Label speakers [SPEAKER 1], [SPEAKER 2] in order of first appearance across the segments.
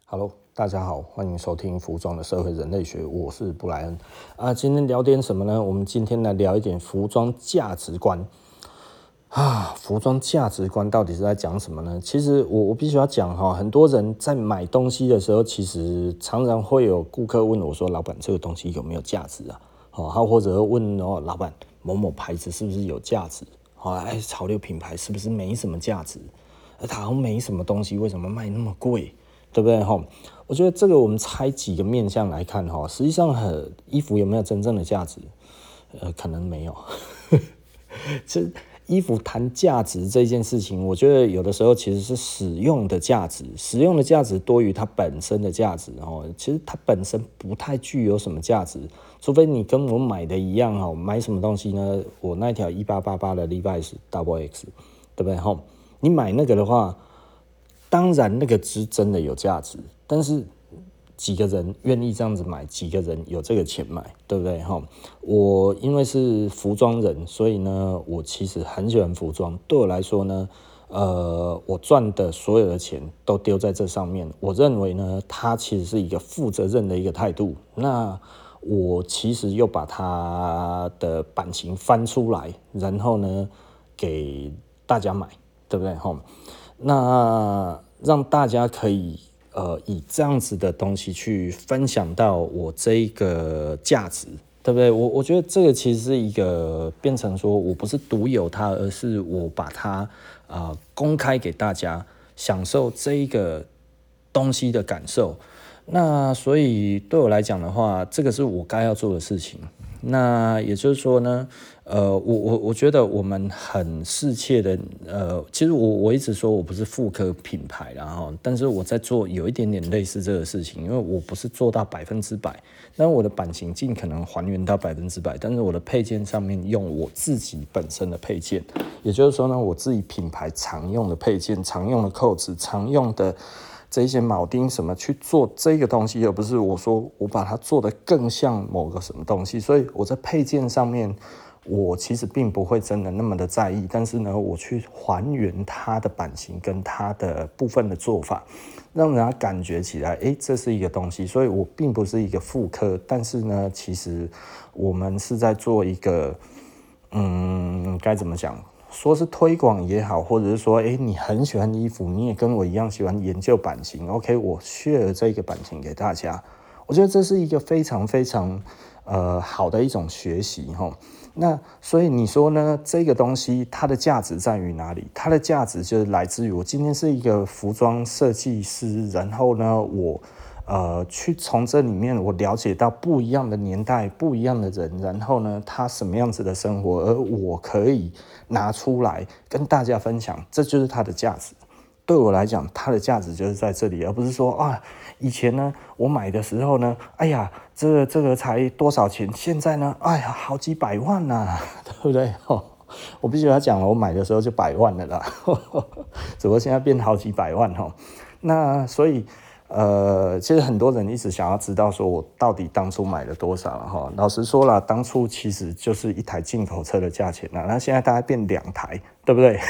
[SPEAKER 1] Hello，大家好，欢迎收听服装的社会人类学，我是布莱恩啊。今天聊点什么呢？我们今天来聊一点服装价值观啊。服装价值观到底是在讲什么呢？其实我必须要讲哈，很多人在买东西的时候，其实常常会有顾客问我说：“老板，这个东西有没有价值啊？”他或者问老板某某牌子是不是有价值？潮流品牌是不是没什么价值？它好像没什么东西，为什么卖那么贵？对不对哈？我觉得这个我们拆几个面向来看哈，实际上衣服有没有真正的价值？可能没有。这衣服谈价值这件事情，我觉得有的时候其实是使用的价值，使用的价值多于它本身的价值哦。其实它本身不太具有什么价值，除非你跟我买的一样哈。买什么东西呢？我那条1888的 Levi's Double X， 对不对哈？你买那个的话。当然，那个是真的有价值，但是几个人愿意这样子买，几个人有这个钱买，对不对？我因为是服装人，所以呢，我其实很喜欢服装。对我来说呢，我赚的所有的钱都丢在这上面。我认为呢，它其实是一个负责任的一个态度。那我其实又把它的版型翻出来，然后呢，给大家买，对不对？那让大家可以以这样子的东西去分享到我这一个价值，对不对？我觉得这个其实是一个变成说我不是独有它，而是我把它公开给大家享受这一个东西的感受。那所以对我来讲的话，这个是我该要做的事情。那也就是说呢，我觉得我们很适切的，其实我一直说我不是复刻品牌啦哈，但是我在做有一点点类似这个事情，因为我不是做到100%，但我的版型尽可能还原到100%，但是我的配件上面用我自己本身的配件，也就是说呢，我自己品牌常用的配件、常用的扣子、常用的这一些铆钉什么去做这个东西，而不是我说我把它做得更像某个什么东西。所以我在配件上面，我其实并不会真的那么的在意，但是呢，我去还原它的版型跟它的部分的做法，让人家感觉起来，这是一个东西。所以我并不是一个复刻，但是呢，其实我们是在做一个，该怎么讲？说是推广也好，或者是说，你很喜欢衣服，你也跟我一样喜欢研究版型 ，OK， 我 share 这个版型给大家，我觉得这是一个非常非常好的一种学习哈。那所以你说呢？这个东西它的价值在于哪里？它的价值就是来自于我今天是一个服装设计师，然后呢，我去从这里面我了解到不一样的年代、不一样的人，然后呢，他什么样子的生活，而我可以拿出来跟大家分享，这就是它的价值。对我来讲，它的价值就是在这里，而不是说以前呢，我买的时候呢，这个才多少钱，现在呢，好几百万呐，对不对？我必须要讲了，我买的时候就100万了啦，只不过现在变好几百万哈。那所以。其实很多人一直想要知道说我到底当初买了多少了哈。老实说啦，当初其实就是一台进口车的价钱啦，那现在大概变2台，对不对？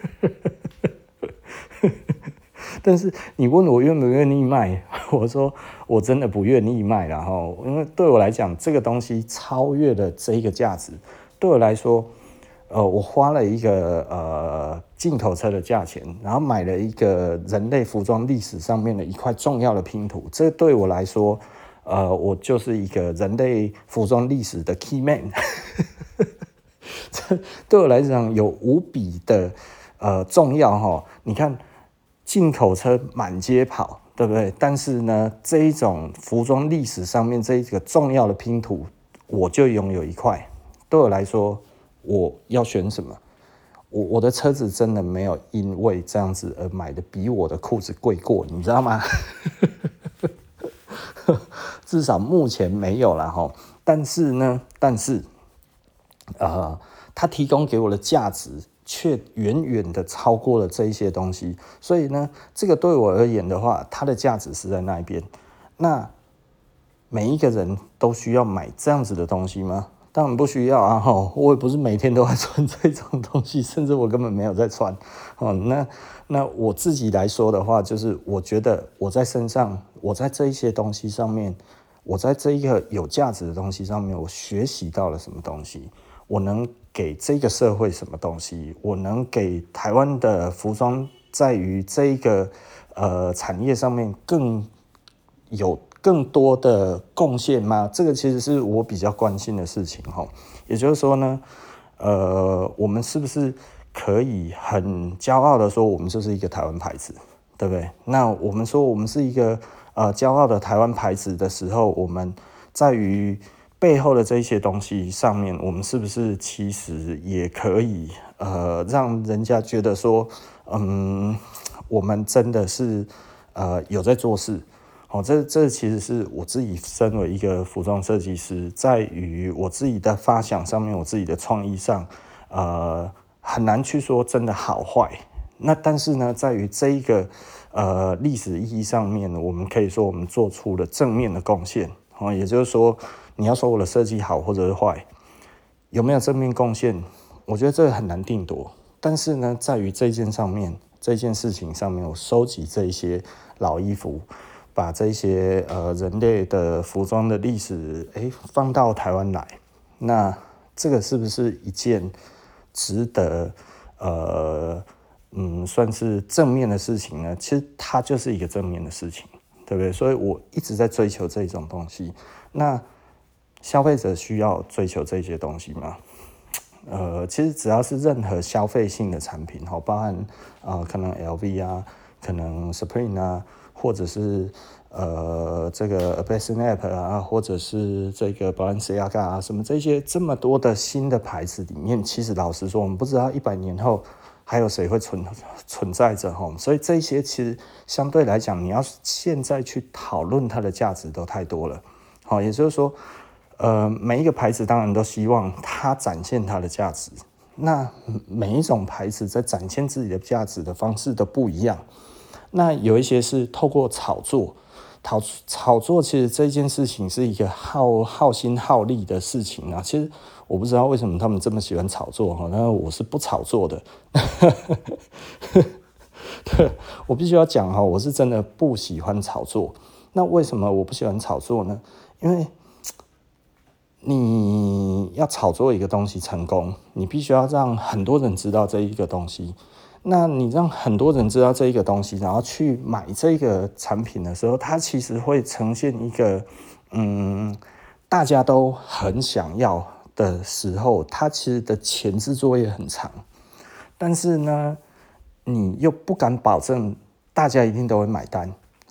[SPEAKER 1] 但是你问我愿不愿意卖，我说我真的不愿意卖啦哈，因为对我来讲，这个东西超越了这一个价值，对我来说。我花了一个进口车的价钱，然后买了一个人类服装历史上面的一块重要的拼图。这对我来说，我就是一个人类服装历史的 key man。这对我来讲有无比的重要哈。你看，进口车满街跑，对不对？但是呢，这一种服装历史上面这一个重要的拼图，我就拥有一块。对我来说。我要选什么？我的车子真的没有因为这样子而买的比我的裤子贵过，你知道吗？至少目前没有啦齁。但是它提供给我的价值却远远的超过了这一些东西，所以呢，这个对我而言的话，它的价值是在那一边。那每一个人都需要买这样子的东西吗？ 当然不需要啊，我也不是每天都在穿这种东西，甚至我根本没有在穿。那我自己来说的话，就是我觉得我在身上，我在这一些东西上面，我在这一个有价值的东西上面，我学习到了什么东西，我能给这个社会什么东西，我能给台湾的服装在于这一个产业上面有更多的贡献吗？这个其实是我比较关心的事情哈。也就是说呢，我们是不是可以很骄傲的说，我们就是一个台湾牌子，对不对？那我们说我们是一个骄傲的台湾牌子的时候，我们在于背后的这些东西上面，我们是不是其实也可以让人家觉得说，我们真的是有在做事。这其实是我自己身为一个服装设计师，在于我自己的发想上面，我自己的创意上，很难去说真的好坏。那但是呢，在于这一个历史意义上面，我们可以说我们做出了正面的贡献。也就是说，你要说我的设计好或者是坏，有没有正面贡献？我觉得这个很难定夺。但是呢，在于这件事情上面，我收集这一些老衣服，把这些人类的服装的历史放到台湾来，那这个是不是一件值得算是正面的事情呢？其实它就是一个正面的事情，对不对？所以我一直在追求这种东西。那消费者需要追求这些东西吗？其实只要是任何消费性的产品，包含可能 LV 啊，可能 Supreme 啊，或者是这个 Bassnet 啊，或者是这个 Balenciaga 啊，什么这些这么多的新的牌子里面，其实老实说，我们不知道100年后还有谁会存在着所以这些其实相对来讲，你要现在去讨论它的价值都太多了。也就是说，每一个牌子当然都希望它展现它的价值。那每一种牌子在展现自己的价值的方式都不一样。那有一些是透过炒作，炒作其实这件事情是一个耗心耗力的事情啊。其实我不知道为什么他们这么喜欢炒作哈，那我是不炒作的。对，我必须要讲哈，我是真的不喜欢炒作。那为什么我不喜欢炒作呢？因为你要炒作一个东西成功，你必须要让很多人知道这一个东西。那你让很多人知道这一个东西，然后去买这个产品的时候，它其实会呈现一个大家都很想要的时候，它其实的前置作业很长。但是呢，你又不敢保证大家一定都会买单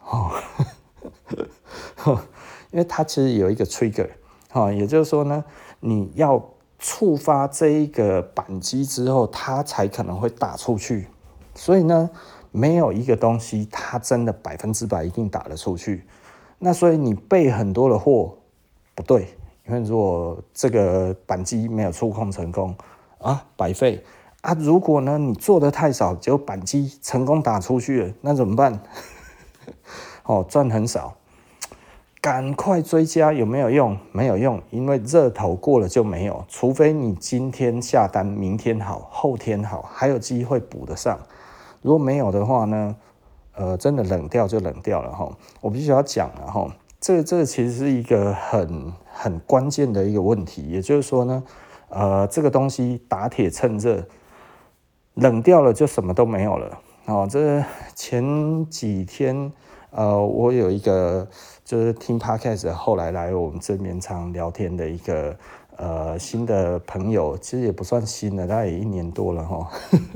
[SPEAKER 1] 因为它其实有一个 trigger。也就是说呢，你要触发这一个扳机之后，它才可能会打出去。所以呢，没有一个东西它真的100%一定打得出去。那所以你备很多的货不对，因为如果这个扳机没有触控成功白费啊。如果呢你做的太少，结果扳机成功打出去了，那怎么办？赚很少。赶快追加有没有用？没有用，因为热头过了就没有。除非你今天下单，明天好，后天好，还有机会补得上。如果没有的话呢，真的冷掉就冷掉了哈。我必须要讲了哈，这个其实是一个很关键的一个问题。也就是说呢，这个东西打铁趁热，冷掉了就什么都没有了。这前几天我有一个就是听 podcast 后来来我们这边常聊天的一个新的朋友，其实也不算新了，大概也1年多了哈。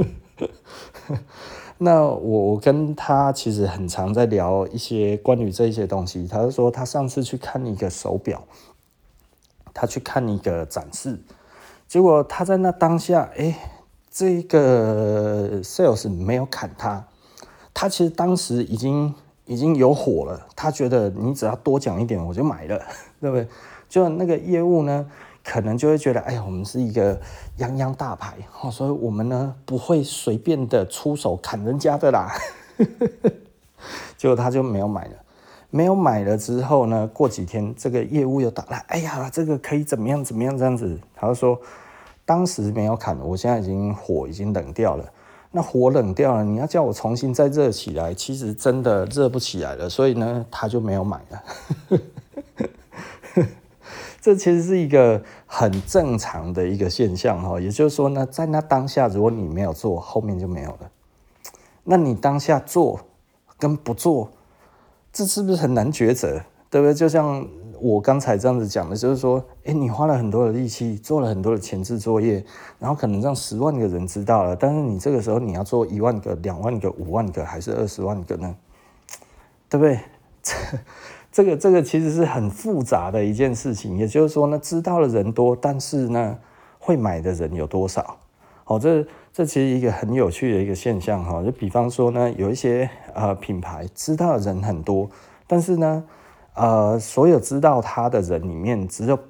[SPEAKER 1] 那我跟他其实很常在聊一些关于这些东西。他就说他上次去看一个手表，他去看一个展示，结果他在那当下，这个 sales 没有砍他，他其实当时已经有火了，他觉得你只要多讲一点我就买了，对不对？就那个业务呢，可能就会觉得，我们是一个泱泱大牌，所以我们呢不会随便的出手砍人家的啦。结果他就没有买了。 没有买了之后呢，过几天这个业务又打来，哎呀，这个可以怎么样怎么样这样子，他就说当时没有砍，我现在火已经冷掉了。那火冷掉了，你要叫我重新再热起来，其实真的热不起来了，所以呢，他就没有买了。这其实是一个很正常的一个现象哈，也就是说呢，在那当下，如果你没有做，后面就没有了。那你当下做跟不做，这是不是很难抉择？对不对？就像我刚才这样子讲的，就是说，你花了很多的力气，做了很多的前置作业，然后可能让10万个人知道了，但是你这个时候你要做1万个、2万个、5万个，还是20万个呢？对不对？这个其实是很复杂的一件事情，也就是说呢，知道的人多，但是呢，会买的人有多少？这其实一个很有趣的一个现象哈，就比方说呢，有一些品牌知道的人很多，但是呢，所有知道他的人里面，只有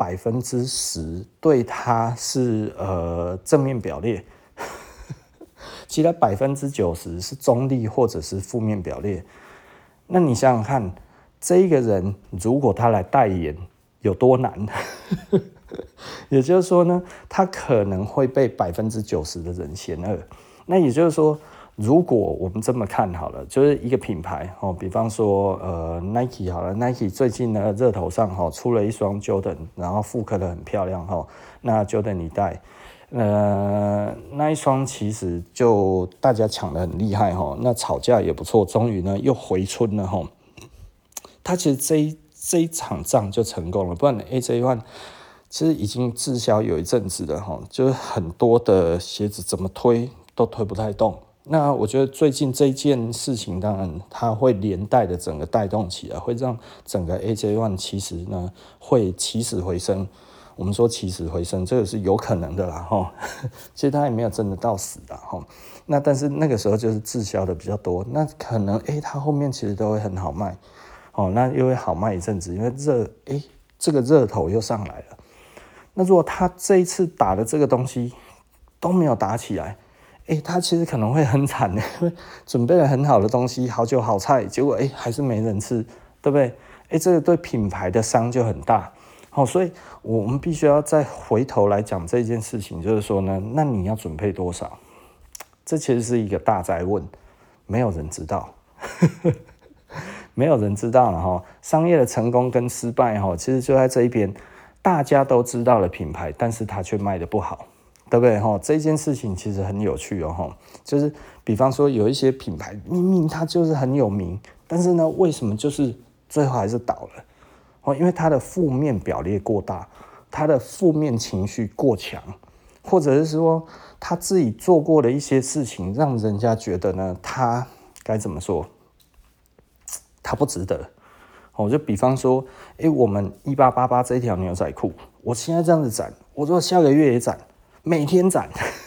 [SPEAKER 1] 10%对他是正面表列，其他90%是中立或者是负面表列。那你想想看，这一个人如果他来代言有多难？也就是说呢，他可能会被90%的人嫌恶。那也就是说，如果我们这么看好了，就是一个品牌哦，比方说Nike 好了 ，Nike 最近呢热头上出了一双 Jordan， 然后复刻的很漂亮那 Jordan 一代，那一双其实就大家抢得很厉害那炒价也不错，终于呢又回春了他其实这一场仗就成功了，不然 AJ1 其实已经滞销有一阵子了就是很多的鞋子怎么推都推不太动。那我觉得最近这件事情，当然它会连带的整个带动起来，会让整个 AJ1 其实呢会起死回生。我们说起死回生，这个是有可能的啦其实它也没有真的到死啦那但是那个时候就是滞销的比较多，那可能它后面其实都会很好卖那又会好卖一阵子，因为这个热头又上来了。那如果他这一次打的这个东西都没有打起来，他其实可能会很惨因为准备了很好的东西，好酒好菜，结果还是没人吃，对不对？这个对品牌的伤就很大所以我们必须要再回头来讲这件事情，就是说呢，那你要准备多少？这其实是一个大哉问，没有人知道没有人知道了商业的成功跟失败其实就在这一边，大家都知道了品牌，但是它却卖得不好，对不对这件事情其实很有趣就是比方说有一些品牌明明它就是很有名，但是呢为什么就是最后还是倒了因为它的负面表列过大，它的负面情绪过强，或者是说他自己做过的一些事情让人家觉得呢他该怎么说，他不值得就比方说我们1888这一条牛仔裤，我现在这样子展，我说下个月也展，每天展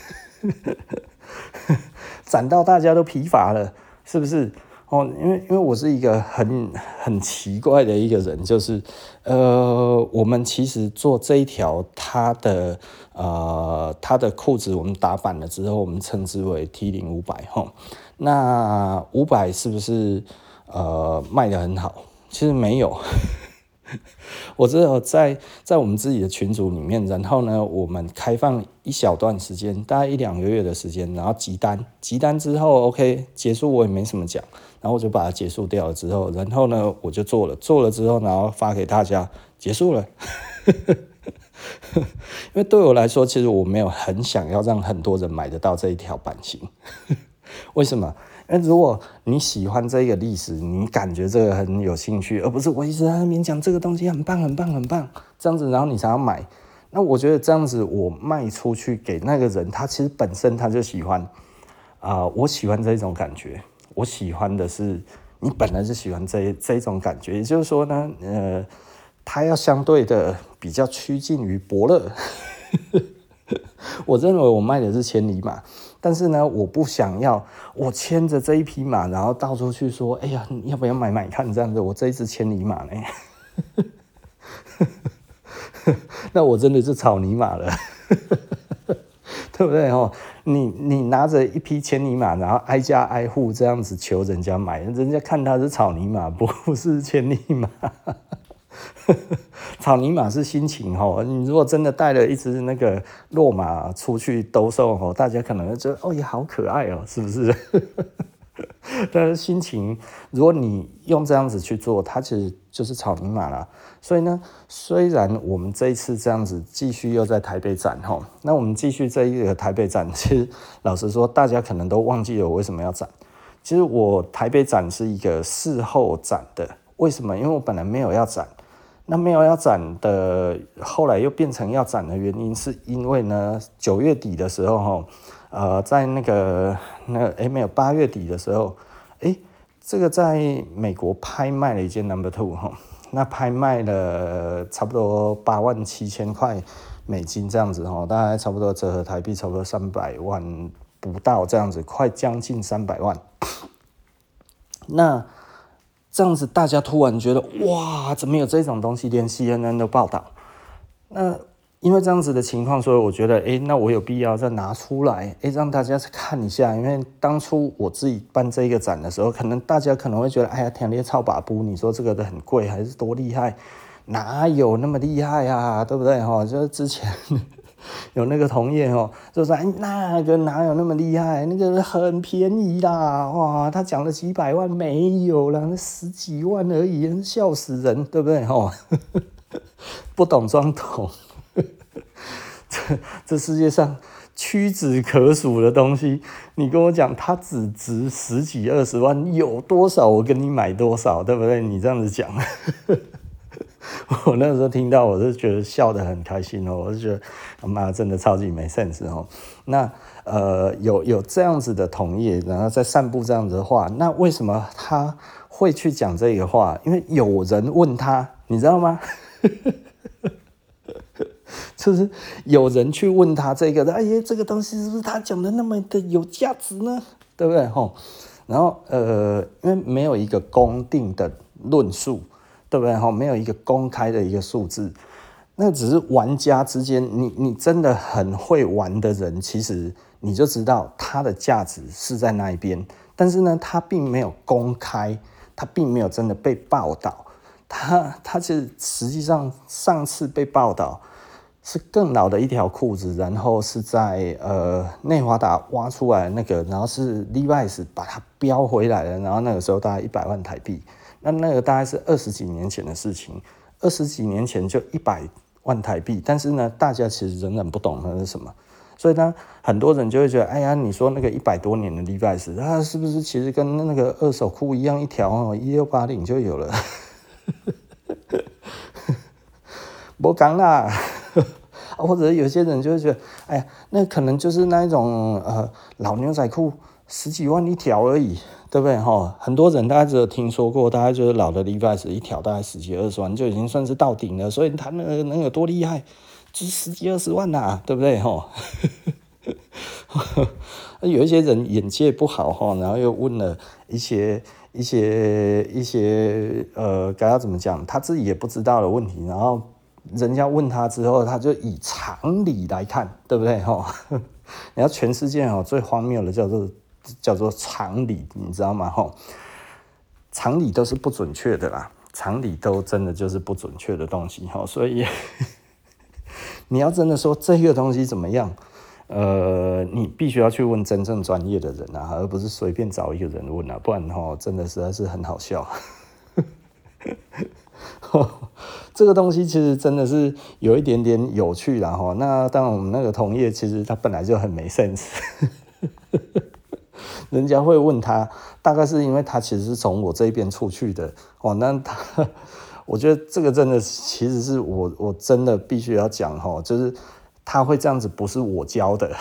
[SPEAKER 1] 展到大家都疲乏了，是不是因为我是一个很奇怪的一个人，就是我们其实做这一条它的裤子，我们打版了之后，我们称之为 T0500那500是不是卖得很好？其实没有我只有在我们自己的群组里面，然后呢我们开放一小段时间，大概1-2个月的时间，然后集单之后 OK 结束，我也没什么讲，然后我就把它结束掉了之后，然后呢我就做了之后，然后发给大家，结束了因为对我来说，其实我没有很想要让很多人买得到这一条版型为什么？因为如果你喜欢这个历史，你感觉这个很有兴趣，而不是我一直在那边讲这个东西很棒很棒很棒这样子，然后你想要买，那我觉得这样子我卖出去给那个人，他其实本身他就喜欢我喜欢这种感觉，我喜欢的是你本来就喜欢这种感觉，也就是说呢他要相对的比较趋近于伯乐我认为我卖的是千里马，但是呢我不想要我牵着这一匹马，然后到处去说哎呀你要不要买看这样子，我这一只千里马呢那我真的是草泥马了对不对哦？你拿着一匹千里马，然后挨家挨户这样子求人家买，人家看他是草泥马，不是千里马。草泥马是心情哦，你如果真的带了一只那个骆马出去兜售哦，大家可能会觉得哦也好可爱哦，是不是？但是心情，如果你用这样子去做，它其实就是草泥马啦。所以呢，虽然我们这一次这样子继续又在台北展哈，那我们继续这一个台北展，其实老实说，大家可能都忘记了我为什么要展。其实我台北展是一个事后展的，为什么？因为我本来没有要展。那没有要展的，后来又变成要展的原因，是因为呢，9月底的时候在没有8月底的时候，这个在美国拍卖了一件 No.2 哈，那拍卖了差不多$87,000这样子哈，大概差不多折合台币差不多300万不到这样子，快将近300万。那这样子，大家突然觉得哇，怎么有这种东西？连 CNN 都报道。那因为这样子的情况，所以我觉得，那我有必要再拿出来，让大家看一下。因为当初我自己办这个展的时候，可能大家可能会觉得，哎呀，天烈超把布，你说这个的很贵，还是多厉害？哪有那么厉害啊？对不对？就是之前。有那个同业就说那个哪有那么厉害，那个很便宜啦，哇，他讲了几百万没有啦，那10几万而已，笑死人，对不对不懂装懂，这世界上屈指可数的东西，你跟我讲它只值10几20万，有多少我跟你买多少，对不对？你这样子讲。我那时候听到，我就觉得笑得很开心我就觉得妈真的超级没 sense 那有这样子的同业，然后在散布这样子的话，那为什么他会去讲这个话？因为有人问他，你知道吗？就是有人去问他这个，这个东西是不是他讲的那么的有价值呢？对不对然后因为没有一个公定的论述。对不对？没有一个公开的一个数字，那只是玩家之间，你真的很会玩的人，其实你就知道它的价值是在那一边，但是呢，它并没有公开，它并没有真的被报道，它是实际上上次被报道是更老的一条裤子，然后是在内华达挖出来的那个，然后是 Levi's 把它标回来了，然后那个时候大概100万台币。那个大概是20几年前的事情，20几年前就100万台币，但是呢，大家其实仍然不懂那是什么，所以呢，很多人就会觉得，哎呀，你说那个100多年的 Levi's， 它是不是其实跟那个二手裤一样，一条1680就有了？不讲啦，或者有些人就会觉得，哎呀，那可能就是那一种老牛仔裤10几万一条而已。对不对很多人大概只有听说过，大概就是老的 Levi's 一条大概10几20万就已经算是到顶了，所以他能有多厉害，就是10几20万啦，对不对有一些人眼界不好然后又问了一些该要怎么讲，他自己也不知道的问题，然后人家问他之后，他就以常理来看，对不对你要全世界最荒谬的叫做常理，你知道吗常理都是不准确的啦，常理都真的就是不准确的东西所以你要真的说这个东西怎么样，你必须要去问真正专业的人而不是随便找一个人问不然真的实在是很好笑这个东西其实真的是有一点点有趣啦那当然我们那个同业其实他本来就很没 sense 人家会问他，大概是因为他其实是从我这边出去的那我觉得这个真的其实是我真的必须要讲就是他会这样子不是我教的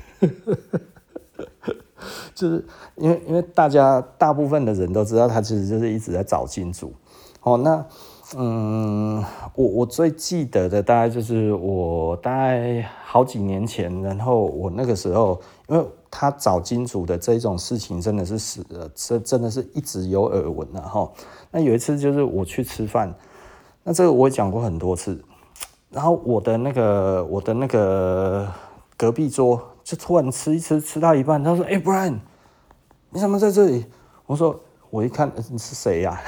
[SPEAKER 1] 就是因为大部分的人都知道他其实就是一直在找金主那我最记得的大概就是我大概好几年前，然后我那个时候因为他找金主的这种事情真的是真的是一直有耳闻那有一次就是我去吃饭，那这个我也讲过很多次，然后我的那个隔壁桌就突然吃一吃到一半，他说：“Brian， 你怎么在这里？”我说：“我一看是谁呀？”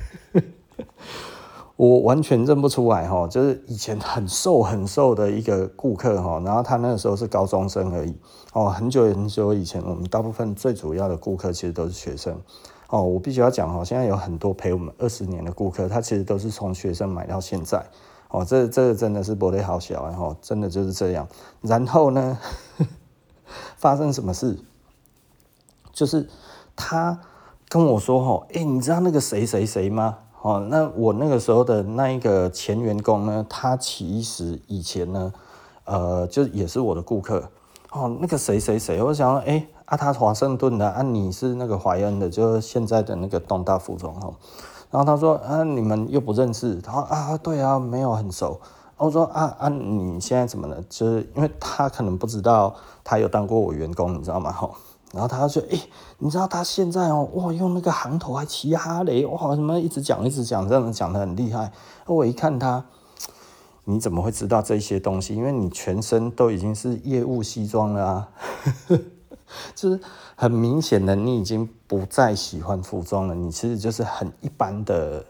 [SPEAKER 1] 我完全认不出来哈，就是以前很瘦的一个顾客哈，然后他那个时候是高中生而已哦，很久以前，我们大部分最主要的顾客其实都是学生哦。我必须要讲哈，现在有很多陪我们20年的顾客，他其实都是从学生买到现在哦，这个真的是不得好小哈，真的就是这样。然后呢，发生什么事？就是他跟我说哈，你知道那个谁吗？哦，那我那个时候的那一个前员工呢，他其实以前呢，就也是我的顾客哦。那个谁，我想说，他华盛顿的，你是那个怀恩的，就是现在的那个东大服装哦。然后他说，你们又不认识？他说对啊，没有很熟。我说你现在怎么了？就是因为他可能不知道他有当过我员工，你知道吗？吼。然后他就你知道他现在哇，用那个行头还骑哈雷，哇，什么一直讲，这样讲得很厉害。我一看他，你怎么会知道这些东西？因为你全身都已经是业务西装了啊，就是很明显的，你已经不再喜欢服装了，你其实就是很一般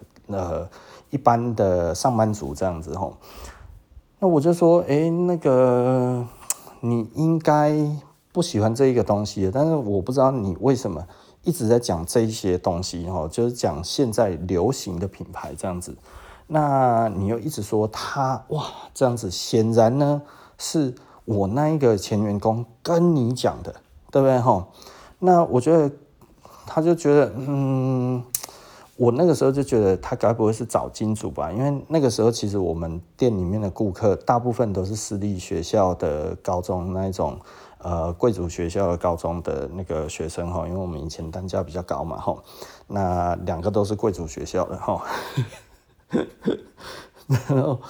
[SPEAKER 1] 的上班族这样子吼。那我就说，那个你应该不喜欢这一个东西，但是我不知道你为什么一直在讲这一些东西就是讲现在流行的品牌这样子。那你又一直说他哇这样子，显然呢是我那一个前员工跟你讲的，对不对吼？那我觉得他就觉得我那个时候就觉得他该不会是找金主吧？因为那个时候其实我们店里面的顾客大部分都是私立学校的高中那一种贵族学校的高中的那个学生因为我们以前单价比较高嘛那2个都是贵族学校的然后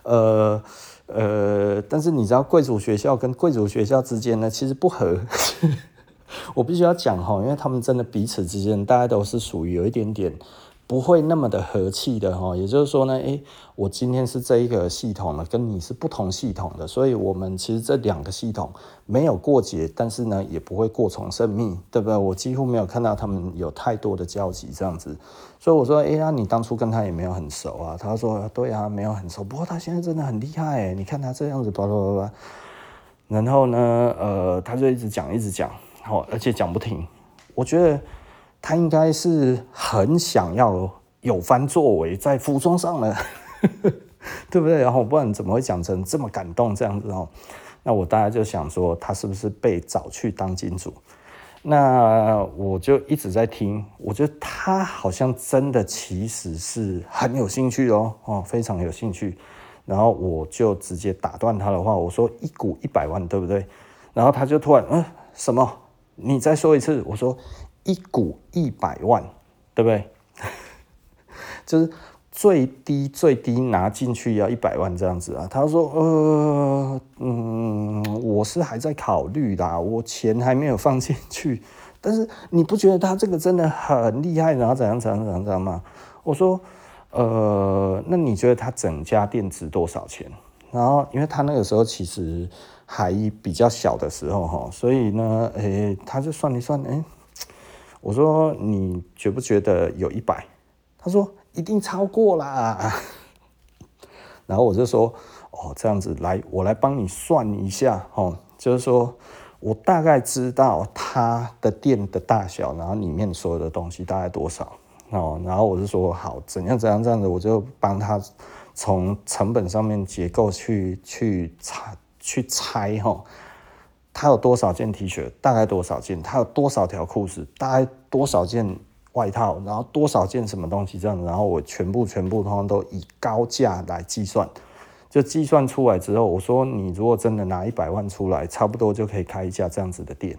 [SPEAKER 1] 但是你知道贵族学校跟贵族学校之间呢其实不合。我必须要讲因为他们真的彼此之间大家都是属于有一点点不会那么的和气的也就是说呢我今天是这一个系统的，跟你是不同系统的，所以我们其实这2个系统没有过节，但是呢也不会过从甚密，对不对？我几乎没有看到他们有太多的交集这样子，所以我说你当初跟他也没有很熟啊，他说对啊，没有很熟，不过他现在真的很厉害你看他这样子叭叭叭叭，然后呢他就一直讲而且讲不停，我觉得他应该是很想要有番作为在服装上了对不对？然后不然怎么会讲成这么感动这样子那我大概就想说他是不是被找去当金主？那我就一直在听，我觉得他好像真的其实是很有兴趣非常有兴趣。然后我就直接打断他的话，我说1股100万，对不对？然后他就突然什么？你再说一次？我说1股100万，对不对？就是最低拿进去要100万这样子啊。他说我是还在考虑啦，我钱还没有放进去。但是你不觉得他这个真的很厉害，然后怎样吗？我说那你觉得他整家店值多少钱？然后因为他那个时候其实还比较小的时候所以呢他就算一算我说你觉不觉得有100？他说一定超过啦。然后我就说这样子来，我来帮你算一下就是说我大概知道他的店的大小，然后里面所有的东西大概多少然后我就说好，怎样这样子，我就帮他从成本上面结构去猜他有多少件 T 恤，大概多少件，他有多少条裤子，大概多少件外套，然后多少件什么东西这样子，然后我全部通通都以高价来计算，就计算出来之后，我说你如果真的拿100万出来，差不多就可以开一家这样子的店。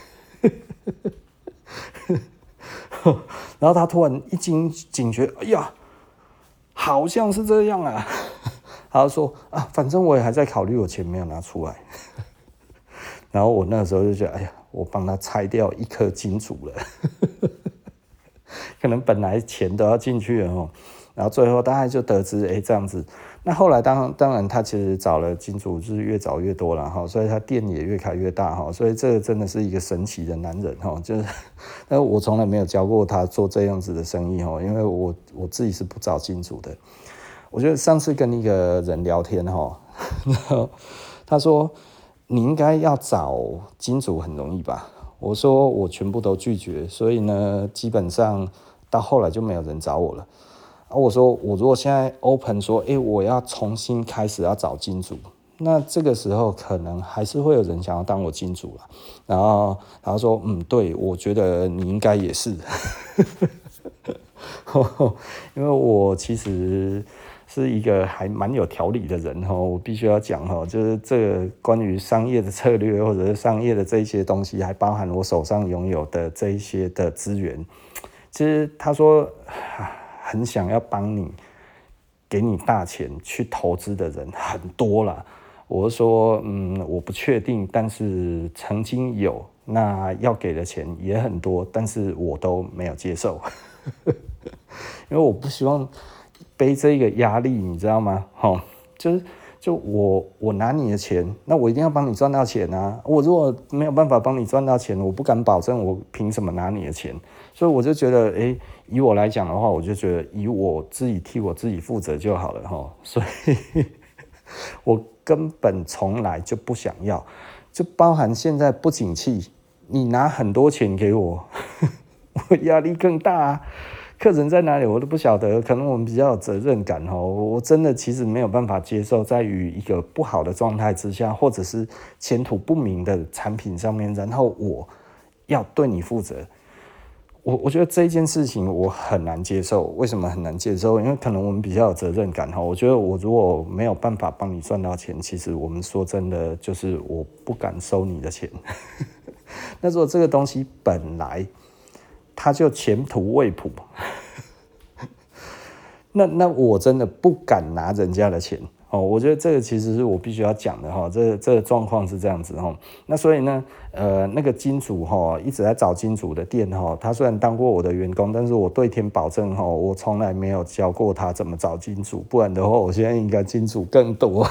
[SPEAKER 1] 然后他突然一警觉，哎呀，好像是这样啊。他就说反正我也还在考虑，我钱没有拿出来。然后我那个时候就觉得，哎呀，我帮他拆掉一颗金主了。可能本来钱都要进去了然后最后大概就得知，这样子。那后来当然他其实找了金主就是越找越多了哈，所以他店也越开越大哈，所以这个真的是一个神奇的男人哈，就是，但我从来没有教过他做这样子的生意哈，因为我自己是不找金主的。我觉得上次跟一个人聊天哈，然后他说你应该要找金主很容易吧？我说我全部都拒绝，所以呢，基本上到后来就没有人找我了。我说我如果现在 open 说，我要重新开始要找金主，那这个时候可能还是会有人想要当我金主了。然后说，对，我觉得你应该也是，因为我其实是一个还蛮有条理的人我必须要讲就是这个关于商业的策略或者是商业的这一些东西，还包含我手上拥有的这一些的资源。其实他说很想要帮你，给你大钱去投资的人很多啦。我說我不确定，但是曾经有，那要给的钱也很多，但是我都没有接受，因为我不希望背这个压力，你知道吗？就我拿你的钱，那我一定要帮你赚到钱啊！我如果没有办法帮你赚到钱，我不敢保证我凭什么拿你的钱。所以我就觉得，以我来讲的话，我就觉得以我自己替我自己负责就好了所以我根本从来就不想要，就包含现在不景气，你拿很多钱给我，我压力更大啊。客人在哪里我都不晓得，可能我们比较有责任感我真的其实没有办法接受，在于一个不好的状态之下，或者是前途不明的产品上面，然后我要对你负责。我觉得这件事情我很难接受。为什么很难接受？因为可能我们比较有责任感我觉得我如果没有办法帮你赚到钱，其实我们说真的就是我不敢收你的钱。那如果这个东西本来它就前途未卜，那我真的不敢拿人家的钱我觉得这个其实是我必须要讲的这个状况是这样子那所以呢，那个金主一直在找金主的店他虽然当过我的员工，但是我对天保证我从来没有教过他怎么找金主，不然的话，我现在应该金主更多。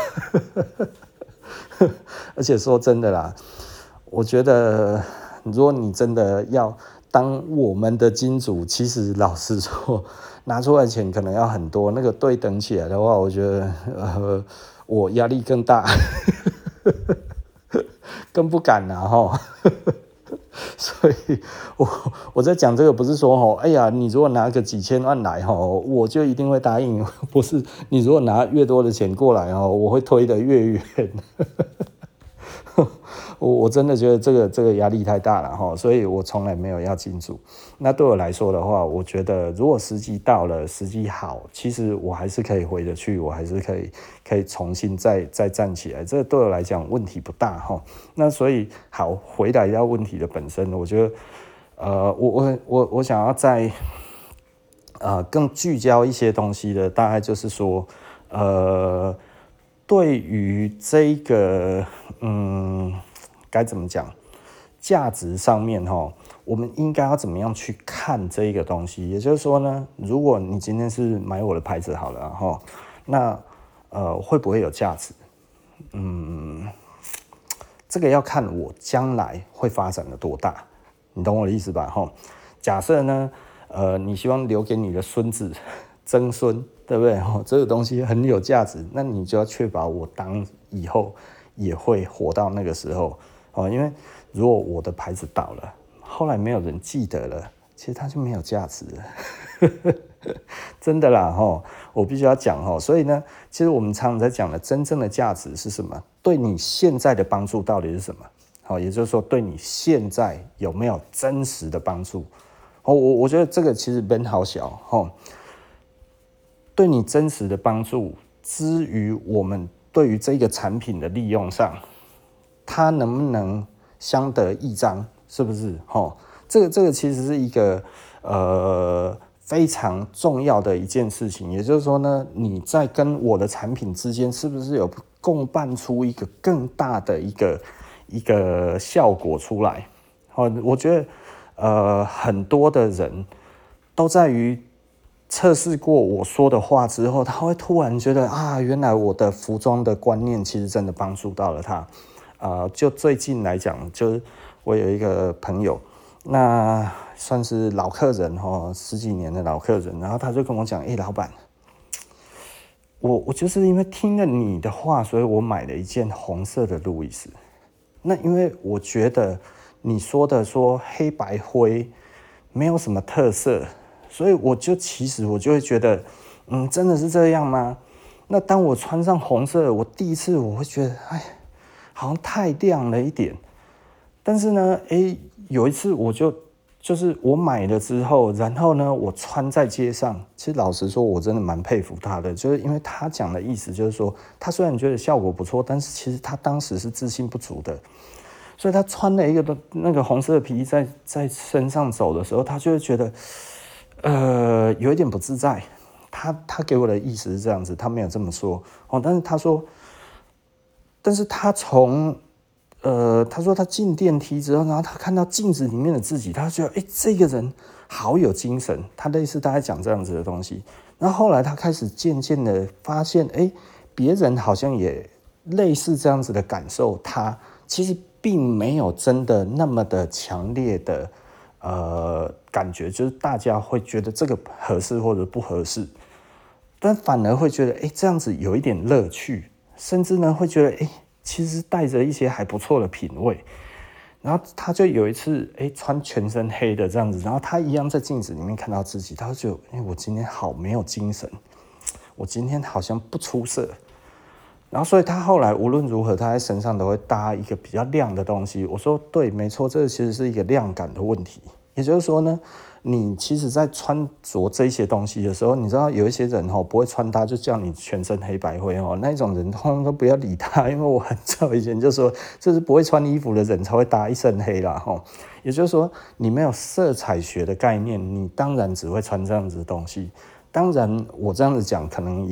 [SPEAKER 1] 而且说真的啦，我觉得如果你真的要当我们的金主，其实老实说，拿出来的钱可能要很多，那个对等起来的话，我觉得我压力更大，更不敢所以我在讲这个不是说哎呀，你如果拿个几千万来我就一定会答应，不是，你如果拿越多的钱过来我会推得越远。我真的觉得这个压力太大了所以我从来没有要金主。那对我来说的话，我觉得如果时机到了，时机好，其实我还是可以回得去，我还是可以重新再站起来，这个对我来讲问题不大那所以好，回来到问题的本身，我觉得我想要再更聚焦一些东西的，大概就是说对于这个该怎么讲，价值上面我们应该要怎么样去看这个东西？也就是说呢，如果你今天是买我的牌子好了那会不会有价值？这个要看我将来会发展的多大，你懂我的意思吧？假设呢，你希望留给你的孙子、曾孙，对不对？这个东西很有价值，那你就要确保我当以后也会活到那个时候因为如果我的牌子倒了，后来没有人记得了，其实它就没有价值了。真的啦我必须要讲所以呢，其实我们常常在讲的真正的价值是什么？对你现在的帮助到底是什么？也就是说，对你现在有没有真实的帮助？我觉得这个其实很好小对你真实的帮助之于我们对于这个产品的利用上，它能不能相得益彰？是不是这个其实是一个非常重要的一件事情。也就是说呢，你在跟我的产品之间是不是有共办出一个更大的一个效果出来我觉得很多的人都在于测试过我说的话之后，他会突然觉得啊，原来我的服装的观念其实真的帮助到了他。就最近来讲，就是我有一个朋友，那算是老客人10几年的老客人，然后他就跟我讲，老板，我就是因为听了你的话，所以我买了一件红色的路易斯。那因为我觉得你说黑白灰没有什么特色，所以其实我就会觉得，真的是这样吗？那当我穿上红色，我第一次我会觉得，好像太亮了一点。但是呢，有一次就是我买了之后，然后呢，我穿在街上，其实老实说，我真的蛮佩服他的，就是因为他讲的意思就是说，他虽然觉得效果不错，但是其实他当时是自信不足的，所以他穿了一个那个红色的皮衣在身上走的时候，他就会觉得，有一点不自在。他给我的意思是这样子，他没有这么说但是他说，但是他他说他进电梯之后，然后他看到镜子里面的自己，他觉得这个人好有精神，他类似大概讲这样子的东西。然后后来他开始渐渐的发现，别人好像也类似这样子的感受，他其实并没有真的那么的强烈的感觉，就是大家会觉得这个合适或者不合适，但反而会觉得这样子有一点乐趣，甚至呢会觉得其实带着一些还不错的品味。然后他就有一次穿全身黑的这样子，然后他一样在镜子里面看到自己，他就觉得我今天好没有精神，我今天好像不出色。然后所以他后来无论如何他在身上都会搭一个比较亮的东西。我说对，没错，这其实是一个亮感的问题。也就是说呢，你其实在穿着这些东西的时候，你知道有一些人不会穿搭，就叫你全身黑白灰那一种人通常都不要理他，因为我很早以前就说，这是不会穿衣服的人才会搭一身黑啦也就是说，你没有色彩学的概念，你当然只会穿这样子的东西。当然，我这样子讲可能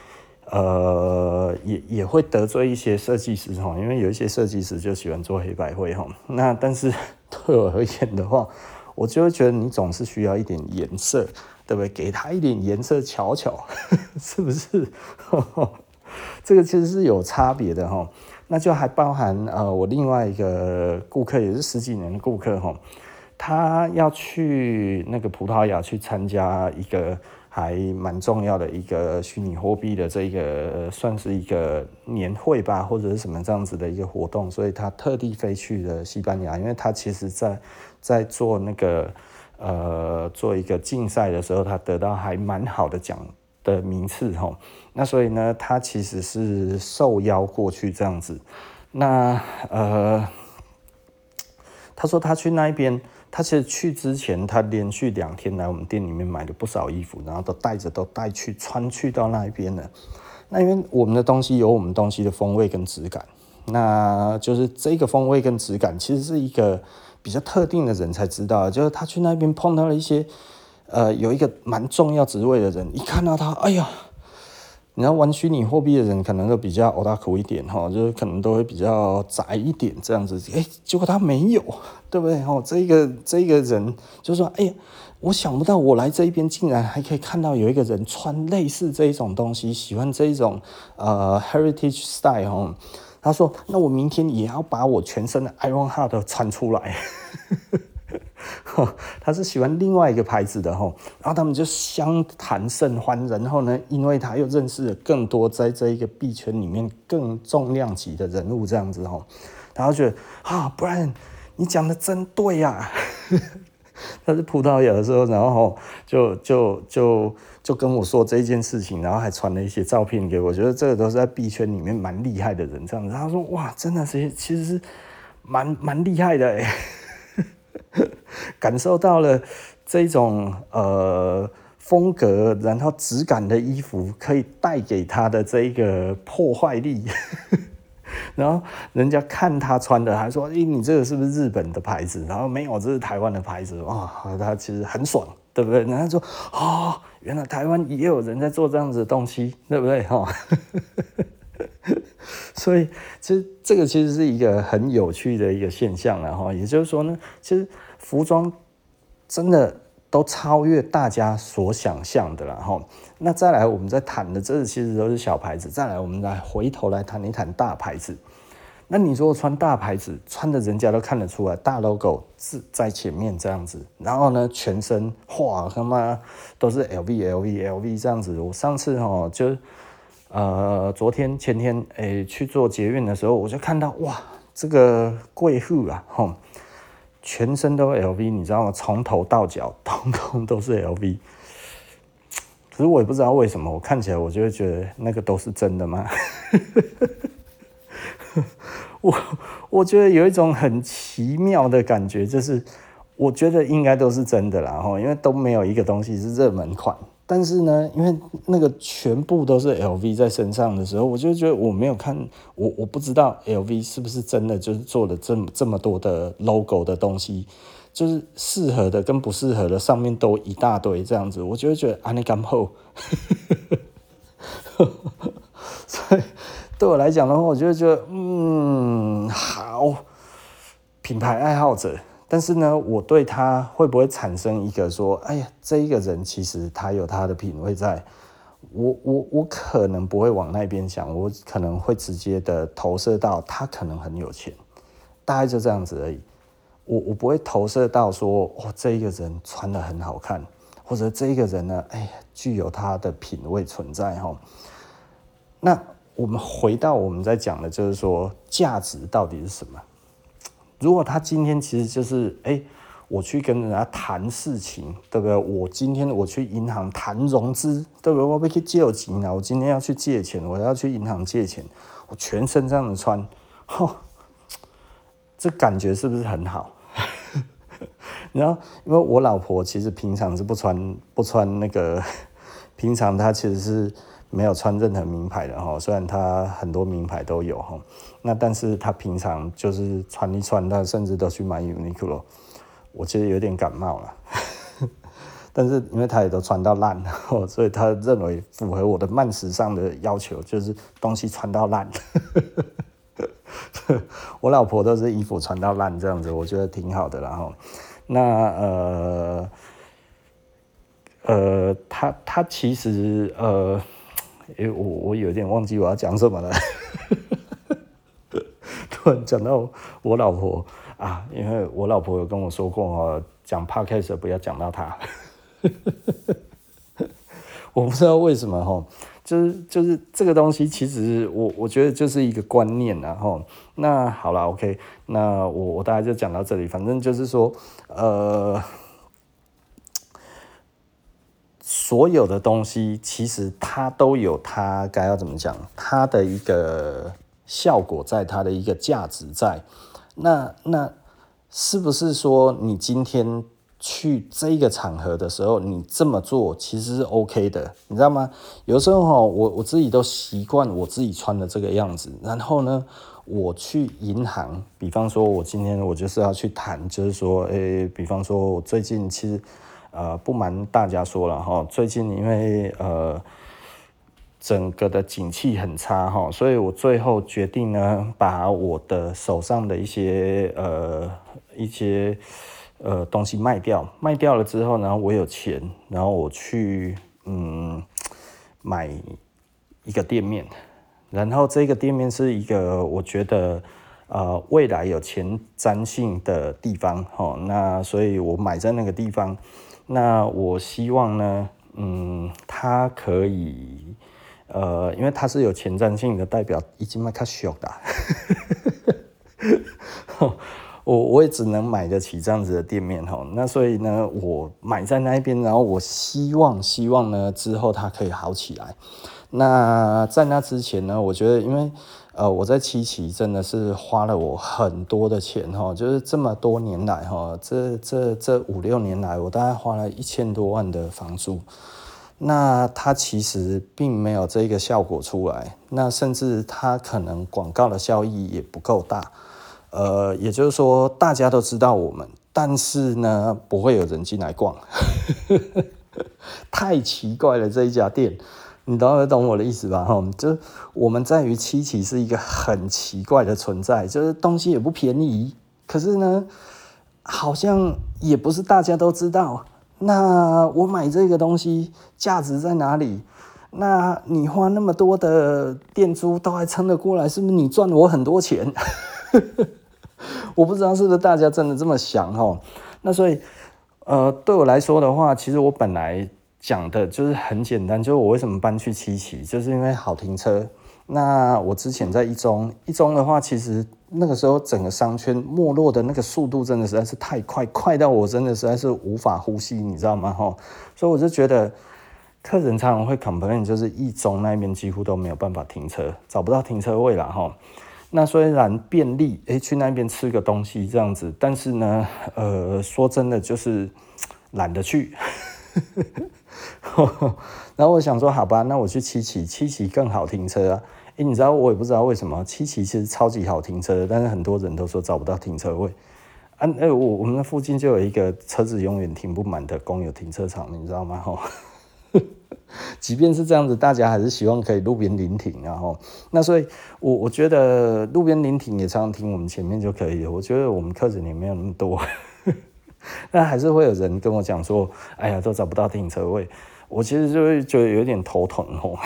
[SPEAKER 1] 也会得罪一些设计师因为有一些设计师就喜欢做黑白灰那但是对我而言的话，我就会觉得你总是需要一点颜色，对不对？给他一点颜色瞧瞧，是不是？这个其实是有差别的那就还包含我另外一个顾客，也是10几年的顾客他要去那个葡萄牙去参加一个还蛮重要的一个虚拟货币的这个算是一个年会吧，或者是什么这样子的一个活动，所以他特地飞去了西班牙，因为他其实在做那个做一个竞赛的时候，他得到还蛮好的奖的名次那所以呢，他其实是受邀过去这样子。那他说他去那边，他其实去之前，他连续2天来我们店里面买了不少衣服，然后都带去穿去到那一边了。那因为我们的东西有我们东西的风味跟质感，那就是这个风味跟质感其实是一个比较特定的人才知道的，就是他去那边碰到了一些有一个蛮重要职位的人，一看到他，哎呀，你知道玩虚拟货币的人可能都比较otaku一点就是可能都会比较宅一点这样子，结果他没有，对不对这个人就说，我想不到我来这一边竟然还可以看到有一个人穿类似这一种东西，喜欢这一种heritage style他说那我明天也要把我全身的 Ironheart 穿出来他是喜欢另外一个牌子的然后他们就相谈甚欢，然后呢，因为他又认识了更多在这一个币圈里面更重量级的人物这样子然后觉得Brian 你讲的真对呀他是葡萄牙的时候，然后就跟我说这件事情，然后还传了一些照片给我，觉得这个都是在币圈里面蛮厉害的人这样子。他说哇，真的是其实是蛮厉害的感受到了这种风格，然后质感的衣服可以带给他的这一个破坏力。然后人家看他穿的，还说：“你这个是不是日本的牌子？”然后没有，这是台湾的牌子。哇，他其实很爽，对不对？然后说：“原来台湾也有人在做这样子的东西，对不对？”所以其实这个其实是一个很有趣的一个现象了也就是说呢，其实服装真的都超越大家所想象的啦齁。那再来我们在谈的这其实都是小牌子，再来我们来回头来谈一谈大牌子。那你说穿大牌子，穿的人家都看得出来，大 logo 是在前面这样子，然后呢全身哇他妈都是 LV 这样子。我上次就昨天前天去做捷运的时候，我就看到哇这个贵妇啊全身都 LV， 你知道吗？从头到脚通通都是 LV。可是我也不知道为什么，我看起来我就会觉得那个都是真的吗？我觉得有一种很奇妙的感觉，就是我觉得应该都是真的啦，因为都没有一个东西是热门款。但是呢，因为那个全部都是 LV 在身上的时候，我就觉得我没有看，我不知道 LV 是不是真的就是做了这么多的 logo 的东西，就是适合的跟不适合的上面都一大堆这样子，我就会觉得啊你敢后，所以对我来讲的话，我就会觉得好，品牌爱好者。但是呢，我对他会不会产生一个说，哎呀，这一个人其实他有他的品味在，我可能不会往那边想，我可能会直接的投射到他可能很有钱，大概就这样子而已。我不会投射到说，这一个人穿得很好看，或者这一个人呢，具有他的品味存在齁。那我们回到我们在讲的就是说，价值到底是什么？如果他今天其实就是我去跟人家谈事情，对不对？我今天我去银行谈融资，对不对？我要去借钱啊，我今天要去借钱，我要去银行借钱，我全身这样子穿，这感觉是不是很好？然后因为我老婆其实平常是不穿那个，平常她其实是没有穿任何名牌的哈，虽然她很多名牌都有哈，那但是她平常就是穿一穿，她甚至都去买 Uniqlo， 我其实有点感冒了，但是因为她也都穿到烂了，所以她认为符合我的慢时尚的要求，就是东西穿到烂。我老婆都是衣服穿到烂这样子，我觉得挺好的啦哈。那他其实我有点忘记我要讲什么了。突然讲到我老婆啊，因为我老婆有跟我说过讲 podcast 不要讲到她。我不知道为什么就是这个东西，其实我觉得就是一个观念啦齁。那好啦 OK， 那我大概就讲到这里。反正就是说，所有的东西其实它都有它该要怎么讲，它的一个效果在，它的一个价值在。那是不是说你今天去这个场合的时候，你这么做其实是 OK 的，你知道吗？有时候我自己都习惯我自己穿的这个样子，然后呢，我去银行，比方说我今天我就是要去谈，就是说，比方说我最近其实不瞒大家说了哈，最近因为整个的景气很差哈，所以我最后决定呢，把我的手上的一些东西卖掉了之后，然后我有钱，然后我去买一个店面，然后这个店面是一个我觉得未来有前瞻性的地方那所以我买在那个地方，那我希望呢它可以因为它是有前瞻性的，代表已经卖较俗啦。我也只能买得起这样子的店面那所以呢，我买在那边，然后我希望呢之后它可以好起来。那在那之前呢，我觉得因为我在七期真的是花了我很多的钱就是这么多年来这5-6年来，我大概花了1000多万的房租。那它其实并没有这个效果出来，那甚至它可能广告的效益也不够大。也就是说大家都知道我们，但是呢不会有人进来逛。太奇怪了这一家店，你懂我的意思吧就我们在于七期是一个很奇怪的存在，就是东西也不便宜，可是呢好像也不是大家都知道， 那我买这个东西价值在哪里？那你花那么多的店租都还撑得过来，是不是你赚了我很多钱？我不知道是不是大家真的这么想齁。那所以对我来说的话，其实我本来讲的就是很简单，就是我为什么搬去七期，就是因为好停车。那我之前在一中的话，其实那个时候整个商圈没落的那个速度真的实在是太快，快到我真的实在是无法呼吸，你知道吗？所以我就觉得客人常常会 complain， 就是一中那边几乎都没有办法停车，找不到停车位啦齁。那虽然便利，去那边吃个东西这样子，但是呢，说真的就是懒得去。然后我想说，好吧，那我去七期更好停车啊。你知道我也不知道为什么七期其实超级好停车的，但是很多人都说找不到停车位。我们那附近就有一个车子永远停不满的公有停车场，你知道吗？即便是这样子，大家还是希望可以路边临停啊。那所以我觉得路边临停也常常停我们前面就可以了。我觉得我们客人也没有那么多。但还是会有人跟我讲说，哎呀，都找不到停车位。我其实就会觉得有点头疼哦。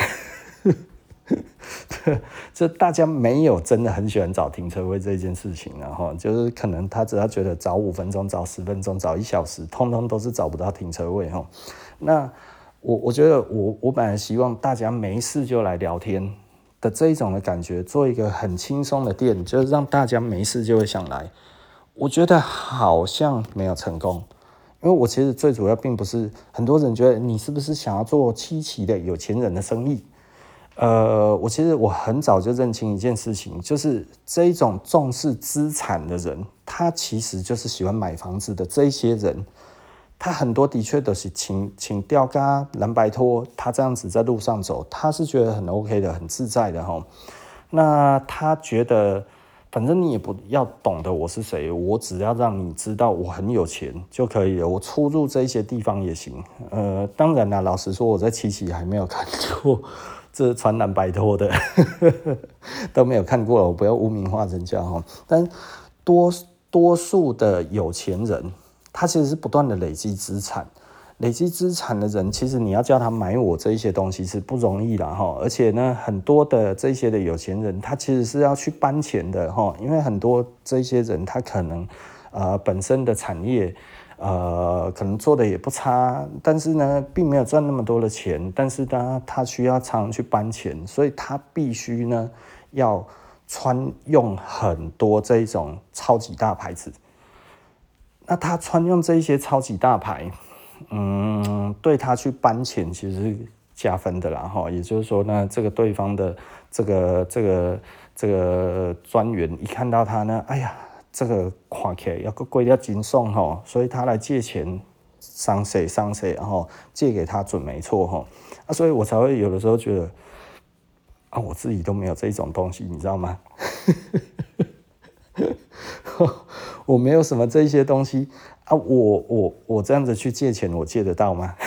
[SPEAKER 1] 这大家没有真的很喜欢找停车位这件事情，然后就是可能他只要觉得找5分钟、找10分钟、找1小时，通通都是找不到停车位哈。那我觉得我本来希望大家没事就来聊天的这一种的感觉，做一个很轻松的店，就是让大家没事就会想来。我觉得好像没有成功，因为我其实最主要并不是很多人觉得你是不是想要做七期的有钱人的生意。其实我很早就认清一件事情，就是这一种重视资产的人，他其实就是喜欢买房子的这一些人，他很多的确都是请吊嘎蓝白拖，他这样子在路上走，他是觉得很 OK 的，很自在的齁。那他觉得反正你也不要懂得我是谁，我只要让你知道我很有钱就可以了，我出入这些地方也行。当然啦，老实说我在七期还没有看过这穿蓝白拖的都没有看过了，我不要污名化人家齁。但多数的有钱人，他其实是不断的累积资产。累积资产的人，其实你要叫他买我这一些东西是不容易啦齁。而且呢，很多的这些的有钱人，他其实是要去搬钱的齁，因为很多这些人他可能本身的产业可能做的也不差，但是呢并没有赚那么多的钱，但是呢他需要常常去搬钱，所以他必须呢要穿用很多这一种超级大牌子。那他穿用这一些超级大牌，对他去搬钱其实是加分的啦齁。也就是说呢，这个对方的这个专员一看到他呢，哎呀，这个看起来要个贵要真爽齁，所以他来借钱，伤谁，然后借给他准没错齁。所以我才会有的时候觉得我自己都没有这种东西，你知道吗？我没有什么这些东西我这样子去借钱，我借得到吗？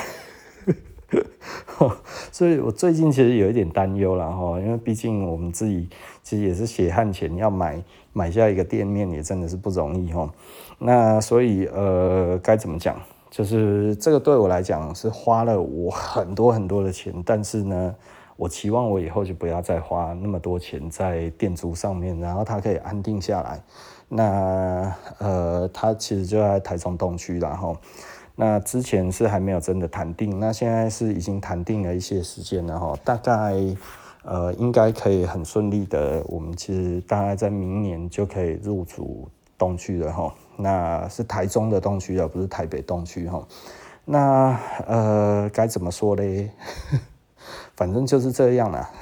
[SPEAKER 1] 所以我最近其实有一点担忧啦齁，因为毕竟我们自己其实也是血汗钱，要买下一个店面也真的是不容易齁。那所以该怎么讲？就是这个对我来讲是花了我很多很多的钱，但是呢，我期望我以后就不要再花那么多钱在店租上面，然后它可以安定下来。那它其实就在台中东区啦齁。那之前是还没有真的谈定，那现在是已经谈定了一些时间了齁，大概应该可以很顺利的，我们其实大概在明年就可以入主东区了齁。那是台中的东区，而不是台北东区齁。那该怎么说嘞？反正就是这样啦。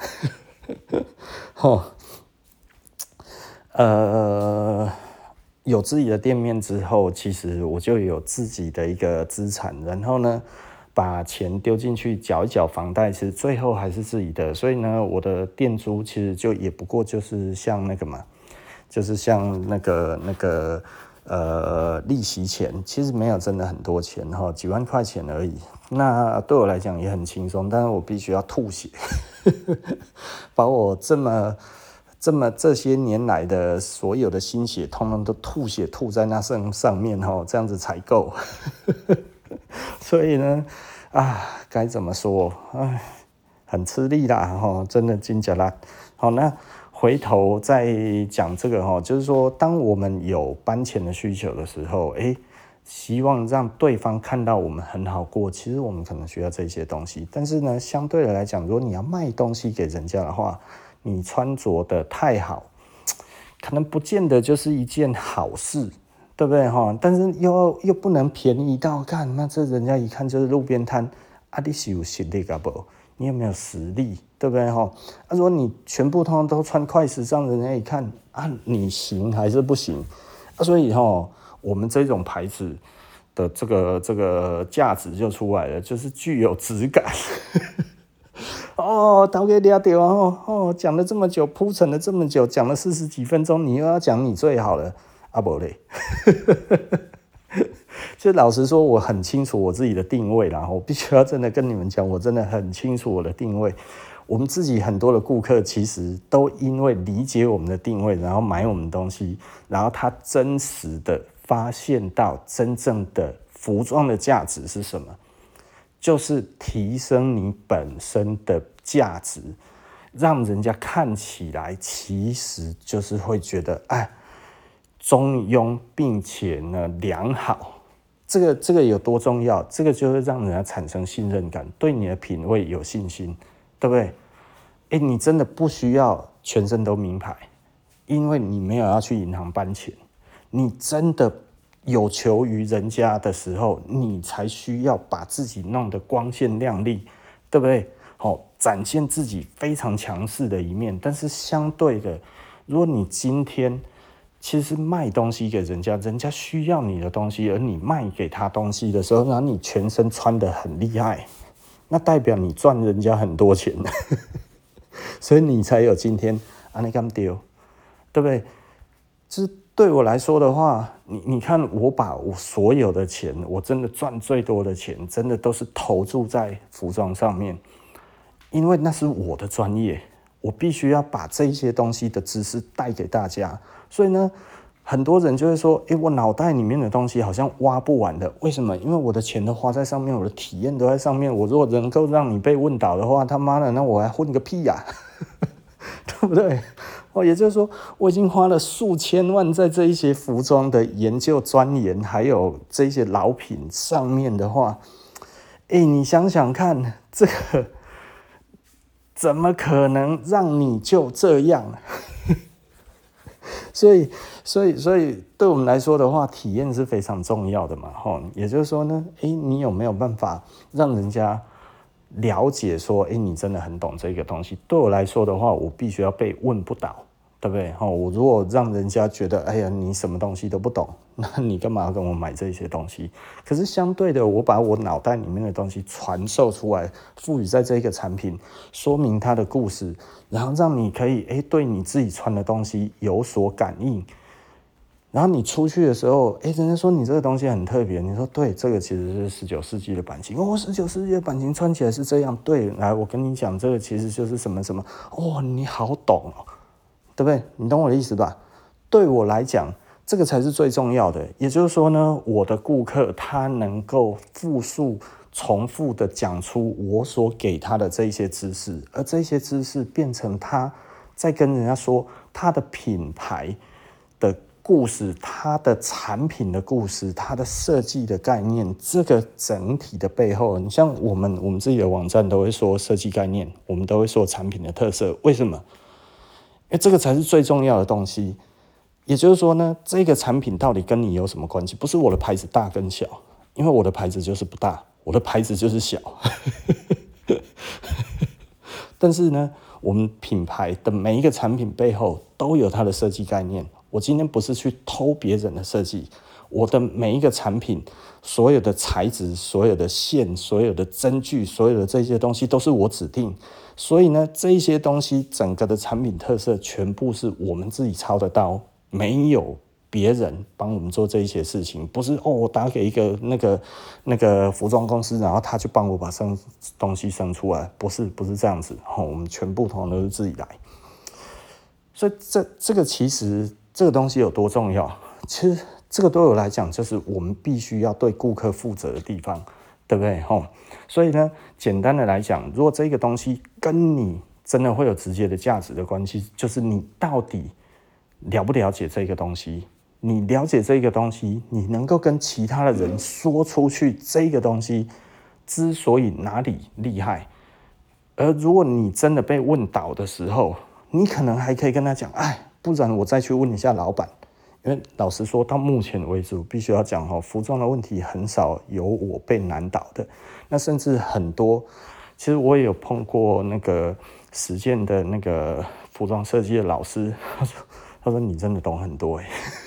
[SPEAKER 1] 有自己的店面之后，其实我就有自己的一个资产，然后呢，把钱丢进去缴一缴房贷，其实最后还是自己的。所以呢，我的店租其实就也不过就是像那个嘛，就是像那个利息钱，其实没有真的很多钱哈，几万块钱而已。那对我来讲也很轻松，但是我必须要吐血，把我这些年来的所有的心血，通通都吐血吐在那上面哈，这样子才够。 所以呢，该怎么说？很吃力啦，真的真假啦。好，那回头再讲这个就是说，当我们有搬迁的需求的时候，希望让对方看到我们很好过，其实我们可能需要这些东西。但是呢，相对的来讲，如果你要卖东西给人家的话，你穿着的太好，可能不见得就是一件好事，对不对但是又不能便宜到干，那这人家一看就是路边摊你是有实力啊不？你有没有实力，对不对如果你全部通通都穿快时尚，人家一看你行还是不行所以我们这种牌子的这个价值就出来了，就是具有质感。陶给抓到讲了这么久，铺陈了这么久，讲了40几分钟，你又要讲你最好了不嘞。其实老实说，我很清楚我自己的定位啦，我必须要真的跟你们讲，我真的很清楚我的定位。我们自己很多的顾客其实都因为理解我们的定位，然后买我们的东西，然后他真实的发现到真正的服装的价值是什么，就是提升你本身的价值，让人家看起来其实就是会觉得中庸并且呢良好。这个有多重要？这个就是让人家产生信任感，对你的品味有信心，对不对？你真的不需要全身都名牌，因为你没有要去银行搬钱。你真的有求于人家的时候，你才需要把自己弄得光鲜亮丽，对不对？展现自己非常强势的一面。但是相对的，如果你今天其实卖东西给人家，人家需要你的东西，而你卖给他东西的时候，然后你全身穿得很厉害，那代表你赚人家很多钱，所以你才有今天你敢丢，对不对？就是对我来说的话，你看我把我所有的钱，我真的赚最多的钱，真的都是投注在服装上面，因为那是我的专业，我必须要把这些东西的知识带给大家。所以呢，很多人就会说，我脑袋里面的东西好像挖不完的，为什么？因为我的钱都花在上面，我的体验都在上面。我如果能够让你被问倒的话，他妈的，那我还混个屁呀，对不对？也就是说，我已经花了数千万在这一些服装的研究钻研，还有这些老品上面的话，你想想看，这个怎么可能让你就这样？所以对我们来说的话，体验是非常重要的嘛，也就是说呢，你有没有办法让人家了解说，你真的很懂这个东西？对我来说的话，我必须要被问不倒，对不对？我如果让人家觉得，你什么东西都不懂，那你干嘛要跟我买这些东西？可是相对的，我把我脑袋里面的东西传授出来，赋予在这个产品，说明它的故事，然后让你可以对你自己穿的东西有所感应。然后你出去的时候，人家说你这个东西很特别，你说对，这个其实是19世纪的版型，19世纪的版型穿起来是这样，对，来我跟你讲，这个其实就是什么什么，你好懂对不对？你懂我的意思吧？对我来讲，这个才是最重要的。也就是说呢，我的顾客他能够复述、重复的讲出我所给他的这一些知识，而这些知识变成他在跟人家说他的品牌的故事，它的产品的故事，它的设计的概念，这个整体的背后，你像我们自己的网站都会说设计概念，我们都会说产品的特色，为什么？因为这个才是最重要的东西。也就是说呢，这个产品到底跟你有什么关系？不是我的牌子大跟小，因为我的牌子就是不大，我的牌子就是小。但是呢，我们品牌的每一个产品背后都有它的设计概念。我今天不是去偷别人的设计，我的每一个产品，所有的材质、所有的线、所有的针具、所有的这些东西都是我指定。所以呢，这些东西整个的产品特色全部是我们自己操的刀，没有别人帮我们做这一些事情。不是我打给一个那个服装公司，然后他就帮我把东西生出来，不是这样子。我们全部通通都是自己来。所以这个其实这个东西有多重要？其实这个对我来讲，就是我们必须要对顾客负责的地方。 对不对？所以呢，简单的来讲，如果这个东西跟你真的会有直接的价值的关系，就是你到底了不了解这个东西？你了解这个东西，你能够跟其他的人说出去这个东西之所以哪里厉害。而如果你真的被问倒的时候，你可能还可以跟他讲，不然我再去问一下老板。因为老实说，到目前为止，我必须要讲服装的问题很少有我被难倒的。那甚至很多，其实我也有碰过那个实践的那个服装设计的老师，他说你真的懂很多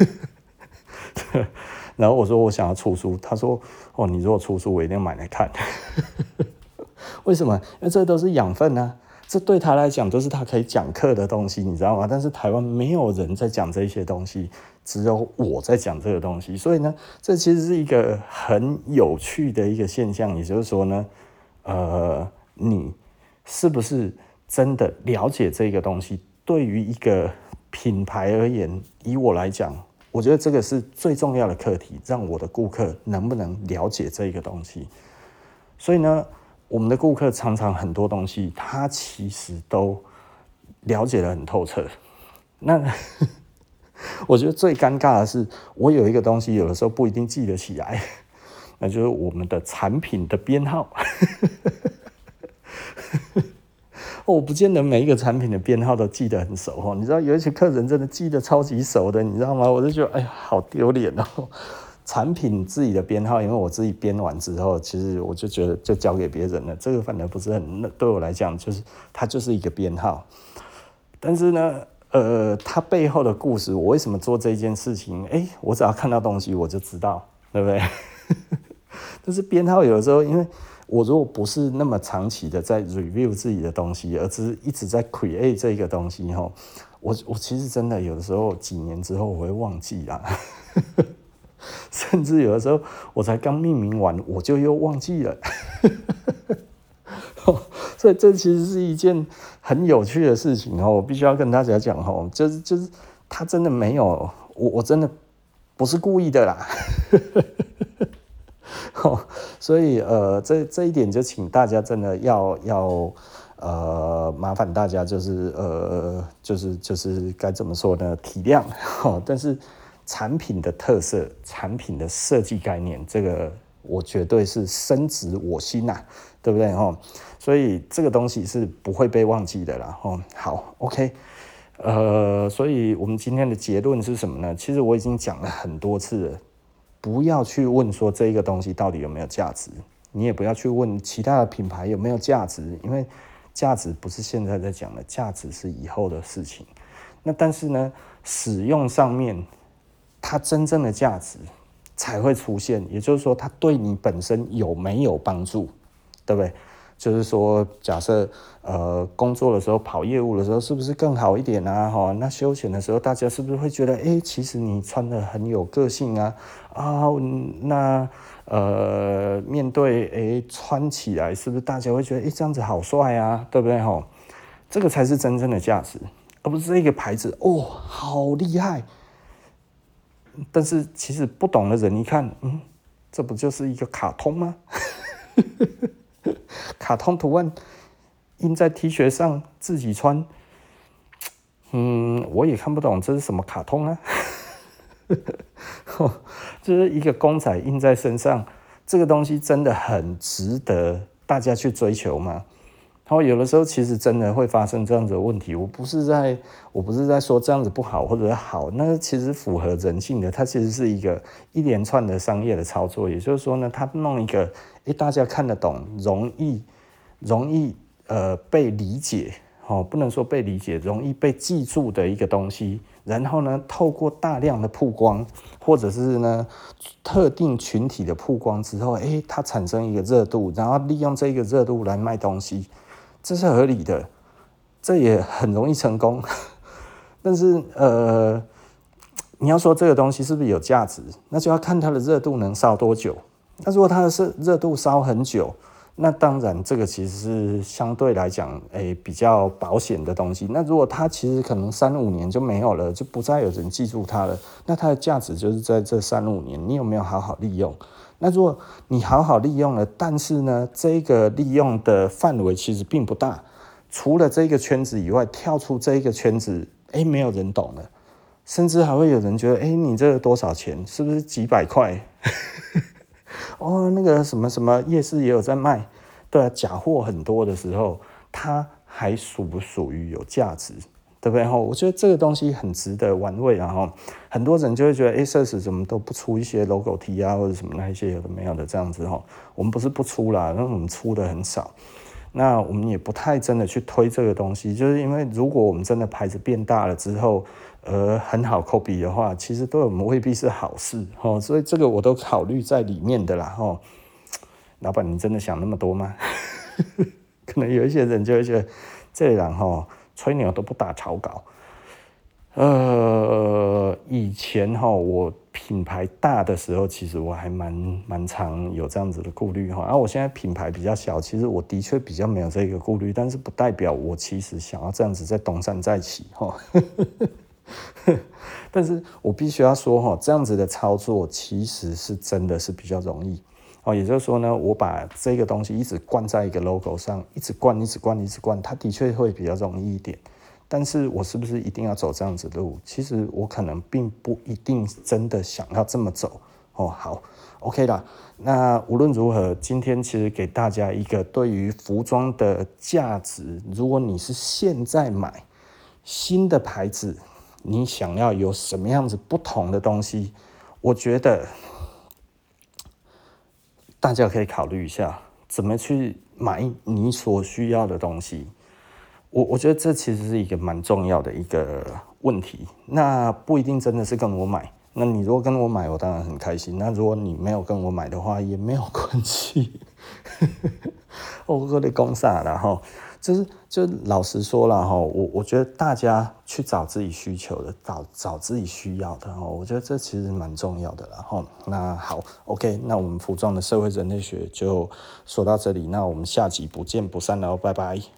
[SPEAKER 1] 然后我说我想要出书，他说你如果出书，我一定要买来看。为什么？因为这都是养分啊。这对他来讲都是他可以讲课的东西，你知道吗？但是台湾没有人在讲这些东西，只有我在讲这个东西。所以呢，这其实是一个很有趣的一个现象。也就是说呢，你是不是真的了解这个东西？对于一个品牌而言，以我来讲，我觉得这个是最重要的课题，让我的顾客能不能了解这个东西。所以呢，我们的顾客常常很多东西，他其实都了解得很透彻。那我觉得最尴尬的是，我有一个东西，有的时候不一定记得起来，那就是我们的产品的编号。我不见得每一个产品的编号都记得很熟，你知道有一些客人真的记得超级熟的，你知道吗？我就觉得好丢脸哦。产品自己的编号，因为我自己编完之后，其实我就觉得就交给别人了，这个反而不是很，对我来讲就是它就是一个编号。但是呢，它背后的故事，我为什么做这件事情？我只要看到东西我就知道，对不对？但是编号有的时候，因为我如果不是那么长期的在 review 自己的东西，而是一直在 create 这个东西，我其实真的有的时候几年之后我会忘记啦。甚至有的时候我才刚命名完我就又忘记了。所以这其实是一件很有趣的事情，我必须要跟大家讲，就是他真的没有，我真的不是故意的啦。所以这一点就请大家真的要麻烦大家就是该怎么说呢，体谅。但是产品的特色、产品的设计概念，这个我绝对是深植我心啊，对不对？所以这个东西是不会被忘记的啦。好 ，OK， 所以我们今天的结论是什么呢？其实我已经讲了很多次了，不要去问说这个东西到底有没有价值，你也不要去问其他的品牌有没有价值，因为价值不是现在在讲的，价值是以后的事情。那但是呢，使用上面，它真正的价值才会出现，也就是说，它对你本身有没有帮助，对不对？就是说，假设工作的时候跑业务的时候，是不是更好一点啊？那休闲的时候，大家是不是会觉得，其实你穿得很有个性啊？那面对穿起来，是不是大家会觉得，这样子好帅啊？对不对？这个才是真正的价值，而不是这个牌子好厉害。但是其实不懂的人一看，这不就是一个卡通吗？卡通图案印在 T 恤上自己穿，我也看不懂这是什么卡通啊。就是一个公仔印在身上，这个东西真的很值得大家去追求吗？然后有的时候其实真的会发生这样子的问题，我不是在说这样子不好或者好，那其实符合人性的，它其实是一连串的商业的操作，也就是说呢，它弄一个大家看得懂，容易被理解，不能说被理解，容易被记住的一个东西，然后呢，透过大量的曝光，或者是呢特定群体的曝光之后，它产生一个热度，然后利用这个热度来卖东西。这是合理的，这也很容易成功。但是你要说这个东西是不是有价值，那就要看它的热度能烧多久。那如果它的热度烧很久， 那当然，这个其实是相对来讲，比较保险的东西。那如果它其实可能3-5年就没有了，就不再有人记住它了，那它的价值就是在这3-5年，你有没有好好利用？那如果你好好利用了，但是呢，这个利用的范围其实并不大，除了这个圈子以外，跳出这个圈子，没有人懂了，甚至还会有人觉得，你这个多少钱？是不是几百块？哦，那个什么什么夜市也有在卖，对啊，假货很多的时候，它还属不属于有价值，对不对？我觉得这个东西很值得玩味，然后很多人就会觉得，Asus 怎么都不出一些 logo T 啊，或者什么那一些有的没有的这样子。我们不是不出啦，但我们出的很少。那我们也不太真的去推这个东西，就是因为如果我们真的牌子变大了之后，很好 copy 的话，其实对我们未必是好事，所以这个我都考虑在里面的啦。老板，你真的想那么多吗？可能有一些人就会觉得，这人吹牛都不打草稿。以前我品牌大的时候，其实我还蛮常有这样子的顾虑我现在品牌比较小，其实我的确比较没有这个顾虑，但是不代表我其实想要这样子在东山再起但是我必须要说这样子的操作其实是真的是比较容易也就是说呢，我把这个东西一直灌在一个 logo 上，一直灌，它的确会比较容易一点。但是我是不是一定要走这样子的路？其实我可能并不一定真的想要这么走好 ，OK 啦。那无论如何，今天其实给大家一个对于服装的价值，如果你是现在买新的牌子，你想要有什么样子不同的东西，我觉得大家可以考虑一下，怎么去买你所需要的东西。我觉得这其实是一个蛮重要的一个问题。那不一定真的是跟我买，那你如果跟我买，我当然很开心。那如果你没有跟我买的话，也没有关系。我跟你讲啥啦就老实说啦我觉得大家去找自己需求的，找自己需要的我觉得这其实蛮重要的啦那好 ，OK， 那我们服装的社会人类学就说到这里，那我们下集不见不散了，拜拜。